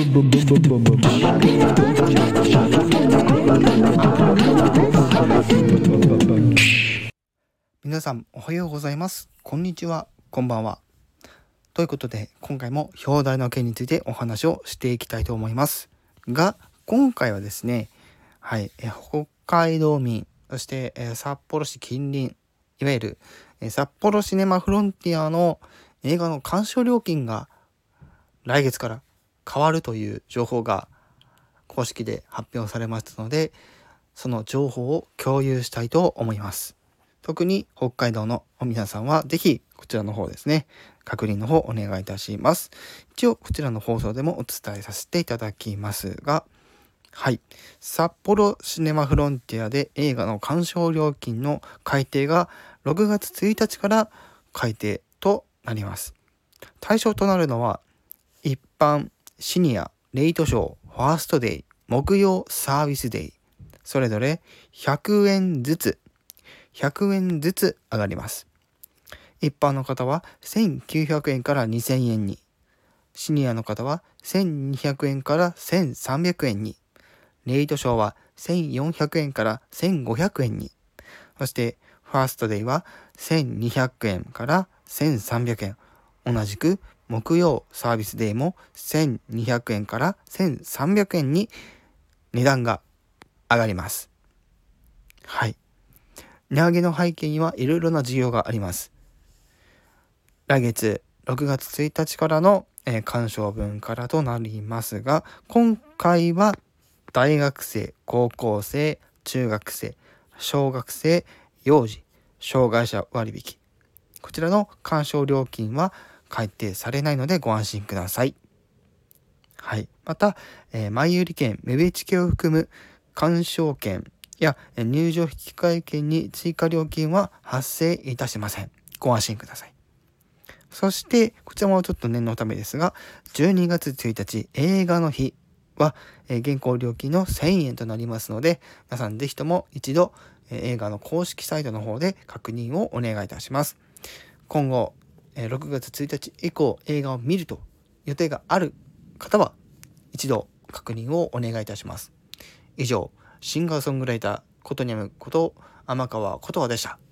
皆さんおはようございます。こんにちは、こんばんは。ということで今回も表題の件についてお話をしていきたいと思いますが、今回はですね、北海道民、そして、札幌市近隣、いわゆる、札幌シネマフロンティアの映画の鑑賞料金が来月から変わるという情報が公式で発表されましたので、その情報を共有したいと思います。特に北海道の皆さんはぜひこちらの方ですね、確認の方お願いいたします。一応こちらの放送でもお伝えさせていただきますが、札幌シネマフロンティアで映画の鑑賞料金の改定が6月1日から改定となります。対象となるのは一般、シニア、レイトショー、ファーストデイ、木曜サービスデイ、それぞれ100円ずつ上がります。一般の方は1900円から2000円に、シニアの方は1200円から1300円に、レイトショーは1400円から1500円に、そしてファーストデイは1200円から1300円、同じく木曜サービスデイも1200円から1300円に値段が上がります。値上げの背景にはいろいろな事情があります。来月6月1日からの、鑑賞分からとなりますが、今回は大学生、高校生、中学生、小学生、幼児、障害者割引、こちらの鑑賞料金は改定されないのでご安心ください。また、前売り券、目引チケを含む鑑賞券や入場引換券に追加料金は発生いたしません。ご安心ください。そしてこちらもちょっと念のためですが、12月1日映画の日は現行料金の1000円となりますので、皆さんぜひとも一度映画の公式サイトの方で確認をお願いいたします。今後6月1日以降映画を見ると予定がある方は一度確認をお願いいたします。以上、シンガーソングライターことにゃむこと天川琴葉でした。